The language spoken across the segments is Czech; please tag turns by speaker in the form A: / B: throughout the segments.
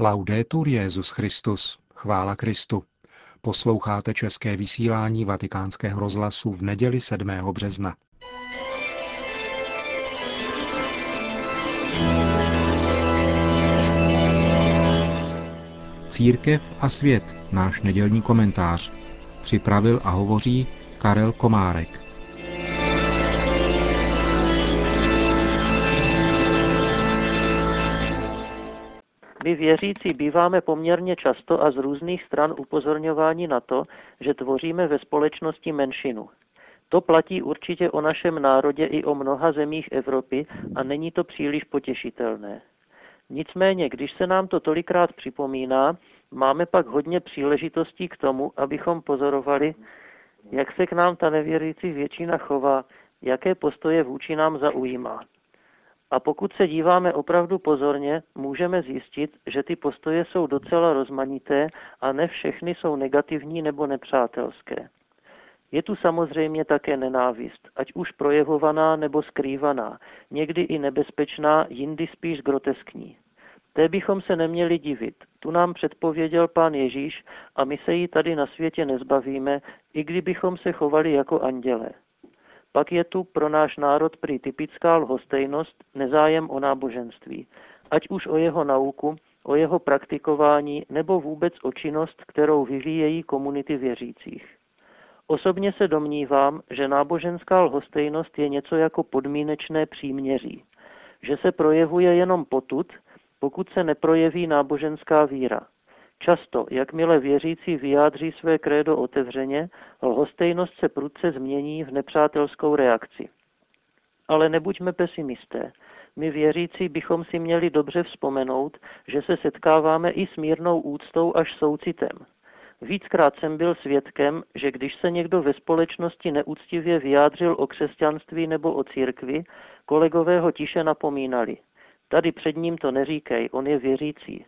A: Laudetur Jesus Christus, chvála Kristu. Posloucháte české vysílání Vatikánského rozhlasu v neděli 7. března. Církev a svět, náš nedělní komentář. Připravil a hovoří Karel Komárek.
B: My věřící býváme poměrně často a z různých stran upozorňováni na to, že tvoříme ve společnosti menšinu. To platí určitě o našem národě i o mnoha zemích Evropy a není to příliš potěšitelné. Nicméně, když se nám to tolikrát připomíná, máme pak hodně příležitostí k tomu, abychom pozorovali, jak se k nám ta nevěřící většina chová, jaké postoje vůči nám zaujímá. A pokud se díváme opravdu pozorně, můžeme zjistit, že ty postoje jsou docela rozmanité a ne všechny jsou negativní nebo nepřátelské. Je tu samozřejmě také nenávist, ať už projevovaná nebo skrývaná, někdy i nebezpečná, jindy spíš groteskní. Té bychom se neměli divit. Tu nám předpověděl Pán Ježíš a my se jí tady na světě nezbavíme, i kdybychom se chovali jako andělé. Pak je tu pro náš národ prý typická lhostejnost, nezájem o náboženství, ať už o jeho nauku, o jeho praktikování nebo vůbec o činnost, kterou vyvíjejí komunity věřících. Osobně se domnívám, že náboženská lhostejnost je něco jako podmínečné příměří, že se projevuje jenom potud, pokud se neprojeví náboženská víra. Často, jakmile věřící vyjádří své krédo otevřeně, lhostejnost se prudce změní v nepřátelskou reakci. Ale nebuďme pesimisté. My věřící bychom si měli dobře vzpomenout, že se setkáváme i s mírnou úctou až soucitem. Víckrát jsem byl svědkem, že když se někdo ve společnosti neúctivě vyjádřil o křesťanství nebo o církvi, kolegové ho tiše napomínali. Tady před ním to neříkej, on je věřící.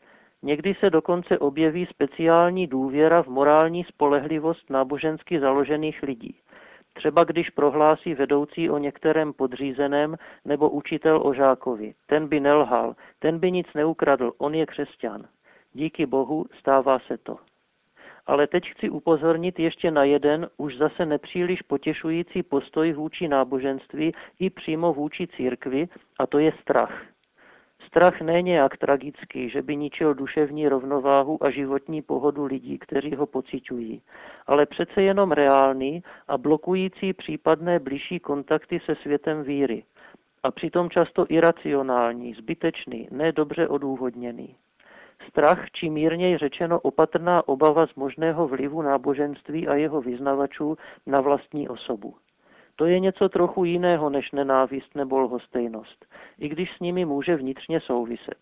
B: Někdy se dokonce objeví speciální důvěra v morální spolehlivost nábožensky založených lidí. Třeba když prohlásí vedoucí o některém podřízeném nebo učitel o žákovi. Ten by nelhal, ten by nic neukradl, on je křesťan. Díky Bohu stává se to. Ale teď chci upozornit ještě na jeden, už zase nepříliš potěšující postoj vůči náboženství i přímo vůči církvi, a to je strach. Strach ne nějak tragický, že by ničil duševní rovnováhu a životní pohodu lidí, kteří ho pociťují, ale přece jenom reálný a blokující případné bližší kontakty se světem víry. A přitom často iracionální, zbytečný, nedobře odůvodněný. Strach, či mírněji řečeno opatrná obava z možného vlivu náboženství a jeho vyznavačů na vlastní osobu. To je něco trochu jiného než nenávist nebo lhostejnost, i když s nimi může vnitřně souviset.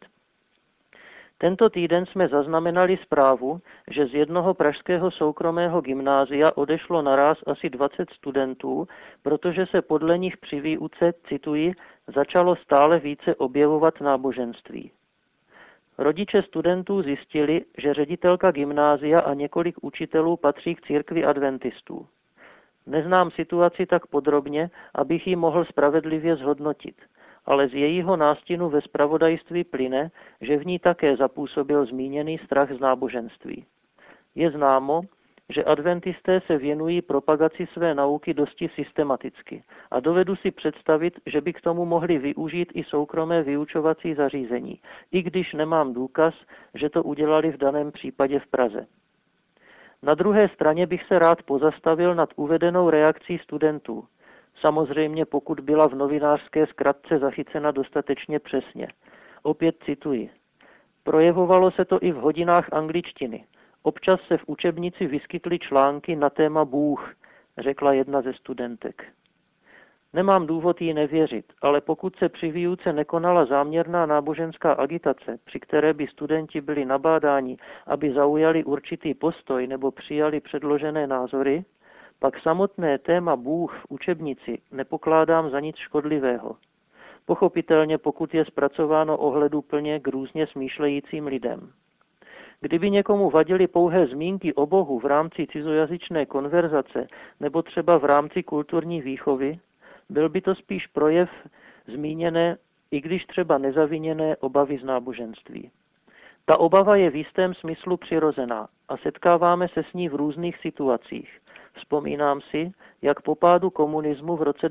B: Tento týden jsme zaznamenali zprávu, že z jednoho pražského soukromého gymnázia odešlo naráz asi 20 studentů, protože se podle nich při výuce, cituji, začalo stále více objevovat náboženství. Rodiče studentů zjistili, že ředitelka gymnázia a několik učitelů patří k církvi adventistů. Neznám situaci tak podrobně, abych ji mohl spravedlivě zhodnotit, ale z jejího nástinu ve zpravodajství plyne, že v ní také zapůsobil zmíněný strach z náboženství. Je známo, že adventisté se věnují propagaci své nauky dosti systematicky a dovedu si představit, že by k tomu mohli využít i soukromé vyučovací zařízení, i když nemám důkaz, že to udělali v daném případě v Praze. Na druhé straně bych se rád pozastavil nad uvedenou reakcí studentů. Samozřejmě pokud byla v novinářské zkratce zachycena dostatečně přesně. Opět cituji. Projevovalo se to i v hodinách angličtiny. Občas se v učebnici vyskytly články na téma Bůh, řekla jedna ze studentek. Nemám důvod jí nevěřit, ale pokud se při výuce nekonala záměrná náboženská agitace, při které by studenti byli nabádáni, aby zaujali určitý postoj nebo přijali předložené názory, pak samotné téma Bůh v učebnici nepokládám za nic škodlivého. Pochopitelně, pokud je zpracováno ohleduplně k různě smýšlejícím lidem. Kdyby někomu vadily pouhé zmínky o Bohu v rámci cizojazyčné konverzace nebo třeba v rámci kulturní výchovy, byl by to spíš projev zmíněné, i když třeba nezaviněné obavy z náboženství. Ta obava je v jistém smyslu přirozená a setkáváme se s ní v různých situacích. Vzpomínám si, jak po pádu komunismu v roce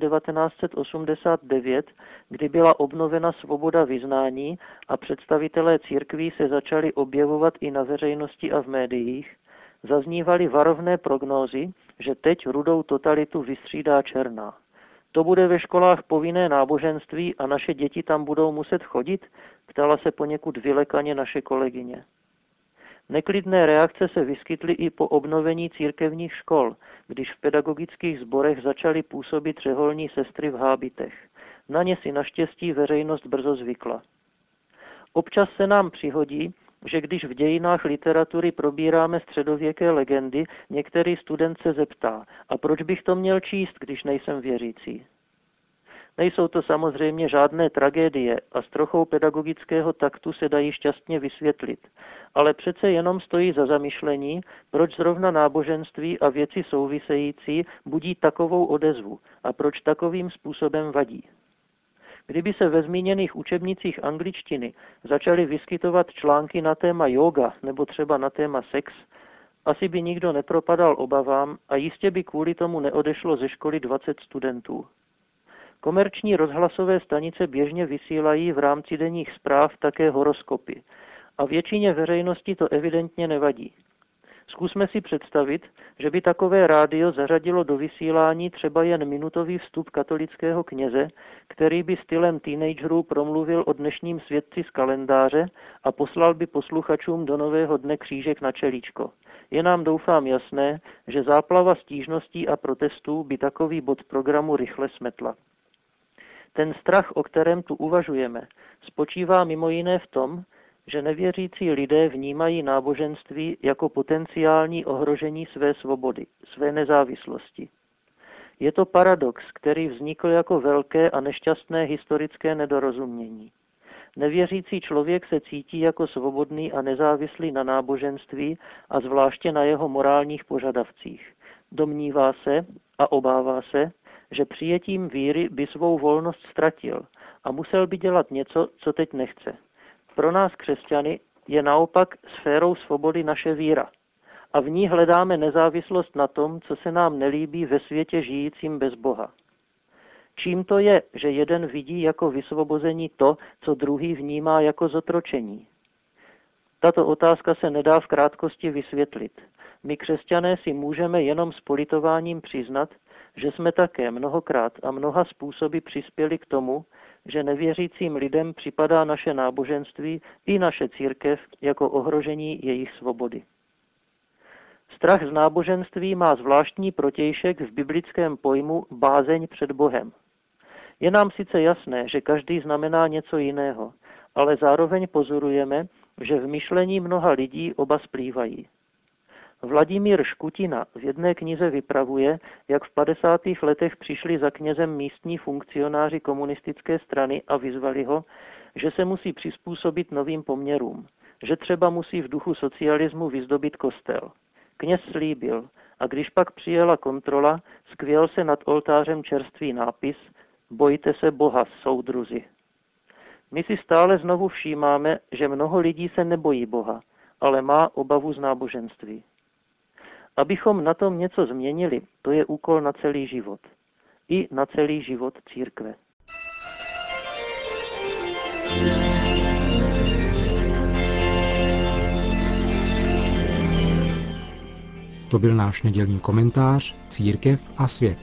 B: 1989, kdy byla obnovena svoboda vyznání a představitelé církví se začali objevovat i na veřejnosti a v médiích, zaznívaly varovné prognózy, že teď rudou totalitu vystřídá černá. To bude ve školách povinné náboženství a naše děti tam budou muset chodit? Ptala se poněkud vylekaně naše kolegyně. Neklidné reakce se vyskytly i po obnovení církevních škol, když v pedagogických sborech začaly působit řeholní sestry v hábitech. Na ně si naštěstí veřejnost brzo zvykla. Občas se nám přihodí, že když v dějinách literatury probíráme středověké legendy, některý student se zeptá, a proč bych to měl číst, když nejsem věřící? Nejsou to samozřejmě žádné tragédie a s trochou pedagogického taktu se dají šťastně vysvětlit, ale přece jenom stojí za zamyšlení, proč zrovna náboženství a věci související budí takovou odezvu a proč takovým způsobem vadí. Kdyby se ve zmíněných učebnicích angličtiny začaly vyskytovat články na téma yoga nebo třeba na téma sex, asi by nikdo nepropadal obavám a jistě by kvůli tomu neodešlo ze školy 20 studentů. Komerční rozhlasové stanice běžně vysílají v rámci denních zpráv také horoskopy a většině veřejnosti to evidentně nevadí. Zkusme si představit, že by takové rádio zařadilo do vysílání třeba jen minutový vstup katolického kněze, který by stylem teenagerů promluvil o dnešním světci z kalendáře a poslal by posluchačům do nového dne křížek na čelíčko. Je nám doufám jasné, že záplava stížností a protestů by takový bod programu rychle smetla. Ten strach, o kterém tu uvažujeme, spočívá mimo jiné v tom, že nevěřící lidé vnímají náboženství jako potenciální ohrožení své svobody, své nezávislosti. Je to paradox, který vznikl jako velké a nešťastné historické nedorozumění. Nevěřící člověk se cítí jako svobodný a nezávislý na náboženství a zvláště na jeho morálních požadavcích. Domnívá se a obává se, že přijetím víry by svou volnost ztratil a musel by dělat něco, co teď nechce. Pro nás křesťany je naopak sférou svobody naše víra a v ní hledáme nezávislost na tom, co se nám nelíbí ve světě žijícím bez Boha. Čím to je, že jeden vidí jako vysvobození to, co druhý vnímá jako zotročení? Tato otázka se nedá v krátkosti vysvětlit. My křesťané si můžeme jenom s politováním přiznat, že jsme také mnohokrát a mnoha způsoby přispěli k tomu, že nevěřícím lidem připadá naše náboženství i naše církev jako ohrožení jejich svobody. Strach z náboženství má zvláštní protějšek v biblickém pojmu bázeň před Bohem. Je nám sice jasné, že každý znamená něco jiného, ale zároveň pozorujeme, že v myšlení mnoha lidí oba splývají. Vladimír Škutina v jedné knize vypravuje, jak v 50. letech přišli za knězem místní funkcionáři komunistické strany a vyzvali ho, že se musí přizpůsobit novým poměrům, že třeba musí v duchu socialismu vyzdobit kostel. Kněz slíbil a když pak přijela kontrola, skvěl se nad oltářem čerstvý nápis Bojte se Boha, soudruzi. My si stále znovu všímáme, že mnoho lidí se nebojí Boha, ale má obavu z náboženství. Abychom na tom něco změnili, to je úkol na celý život. I na celý život církve.
A: To byl náš nedělní komentář Církev a svět.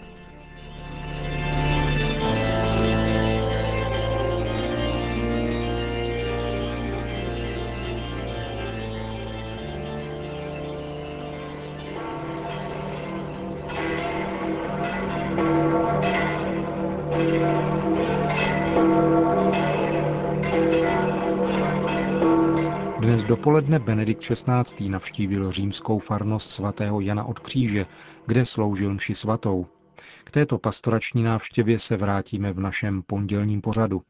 A: Dnes dopoledne Benedikt XVI. Navštívil římskou farnost svatého Jana od Kříže, kde sloužil mši svatou. K této pastorační návštěvě se vrátíme v našem pondělním pořadu.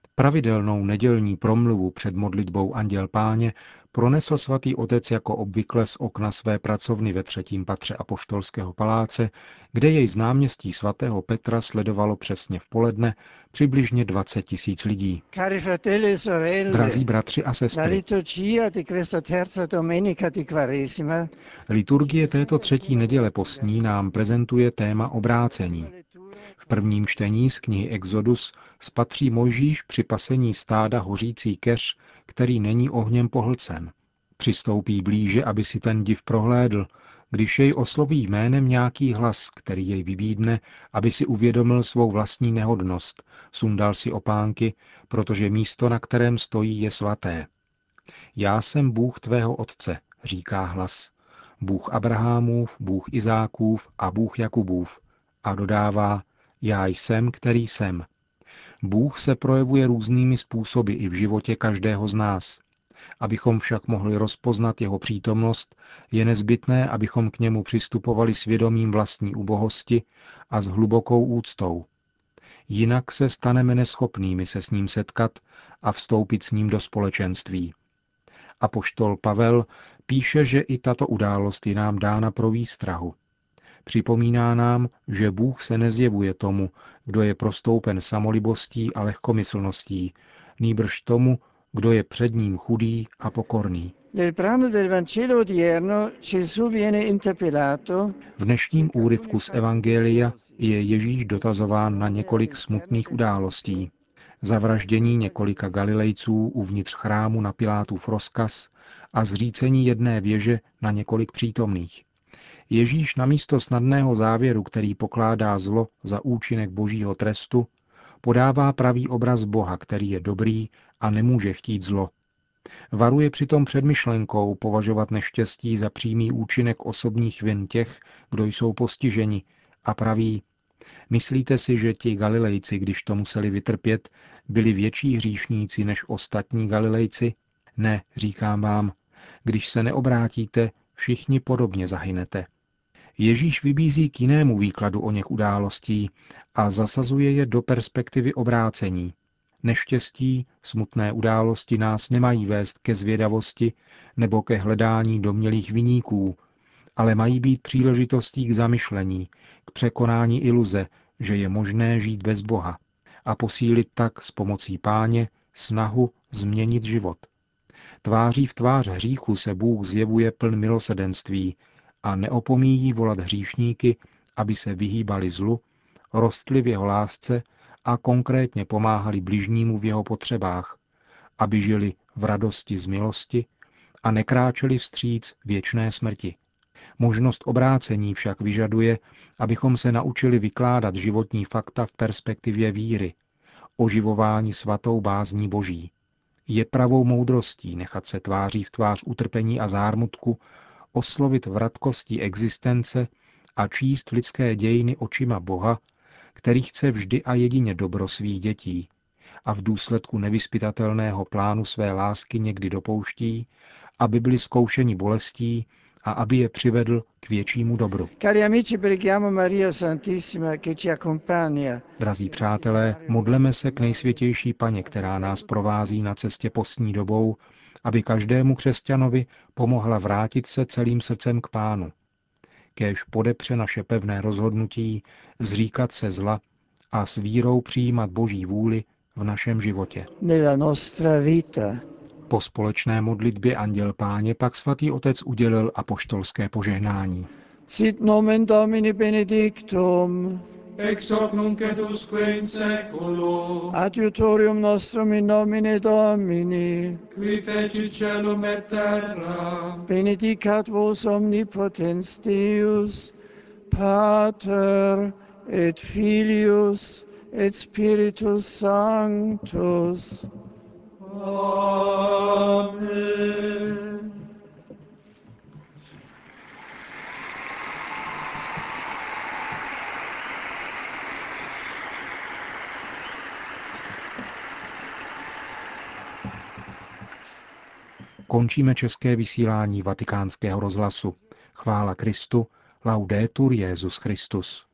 A: Pravidelnou nedělní promluvu před modlitbou Anděl Páně pronesl svatý otec jako obvykle z okna své pracovny ve 3. patře Apoštolského paláce, kde jej z náměstí svatého Petra sledovalo přesně v poledne přibližně 20 000 lidí.
C: Cari fratelli e sorelle,
A: Drazí bratři a
C: la
A: sestry,
C: liturgia di questa terza domenica di Quaresima
A: liturgie této 3. neděle postní nám prezentuje téma obrácení. V prvním čtení z knihy Exodus spatří Mojžíš při pasení stáda hořící keř, který není ohněm pohlcen. Přistoupí blíže, aby si ten div prohlédl, když jej osloví jménem nějaký hlas, který jej vybídne, aby si uvědomil svou vlastní nehodnost, sundal si opánky, protože místo, na kterém stojí, je svaté. Já jsem Bůh tvého otce, říká hlas. Bůh Abrahamův, Bůh Izákův a Bůh Jakubův. A dodává, já jsem, který jsem. Bůh se projevuje různými způsoby i v životě každého z nás. Abychom však mohli rozpoznat jeho přítomnost, je nezbytné, abychom k němu přistupovali s vědomím vlastní ubohosti a s hlubokou úctou. Jinak se staneme neschopnými se s ním setkat a vstoupit s ním do společenství. Apoštol Pavel píše, že i tato událost je nám dána pro výstrahu. Připomíná nám, že Bůh se nezjevuje tomu, kdo je prostoupen samolibostí a lehkomyslností, nýbrž tomu, kdo je před ním chudý a pokorný. V dnešním úryvku z Evangelia je Ježíš dotazován na několik smutných událostí. Zavraždění několika Galilejců uvnitř chrámu na Pilátův rozkaz a zřícení jedné věže na několik přítomných. Ježíš namísto snadného závěru, který pokládá zlo za účinek božího trestu, podává pravý obraz Boha, který je dobrý a nemůže chtít zlo. Varuje přitom před myšlenkou považovat neštěstí za přímý účinek osobních vin těch, kdo jsou postiženi, a praví: myslíte si, že ti Galilejci, když to museli vytrpět, byli větší hříšníci než ostatní Galilejci? Ne, říkám vám, když se neobrátíte, všichni podobně zahynete. Ježíš vybízí k jinému výkladu oněch událostí a zasazuje je do perspektivy obrácení. Neštěstí, smutné události nás nemají vést ke zvědavosti nebo ke hledání domnělých viníků, ale mají být příležitostí k zamyšlení, k překonání iluze, že je možné žít bez Boha a posílit tak s pomocí Páně snahu změnit život. Tváří v tvář hříchu se Bůh zjevuje pln milosrdenství a neopomíjí volat hříšníky, aby se vyhýbali zlu, rostli v jeho lásce a konkrétně pomáhali bližnímu v jeho potřebách, aby žili v radosti z milosti a nekráčeli vstříc věčné smrti. Možnost obrácení však vyžaduje, abychom se naučili vykládat životní fakta v perspektivě víry, oživování svatou bázní Boží. Je pravou moudrostí nechat se tváří v tvář utrpení a zármutku oslovit vratkostí existence a číst lidské dějiny očima Boha, který chce vždy a jedině dobro svých dětí a v důsledku nevyzpytatelného plánu své lásky někdy dopouští, aby byli zkoušeni bolestí a aby je přivedl k většímu dobru. Drazí přátelé, modleme se k nejsvětější Paně, která nás provází na cestě postní dobou, aby každému křesťanovi pomohla vrátit se celým srdcem k Pánu. Kéž podepře naše pevné rozhodnutí zříkat se zla a s vírou přijímat Boží vůli v našem životě. Po společné modlitbě Anděl Páně pak svatý otec udělil apoštolské požehnání.
C: Sit nomen Domini benedictum,
D: ex hoc nunc et usque in seculum,
C: adiutorium nostrum in nomine Domini,
D: qui fecit caelum et terra,
C: benedicat vos omnipotens Deus, Pater et Filius et Spiritus Sanctus.
D: Amen.
A: Končíme české vysílání Vatikánského rozhlasu. Chvála Kristu, laudetur Jesus Christus.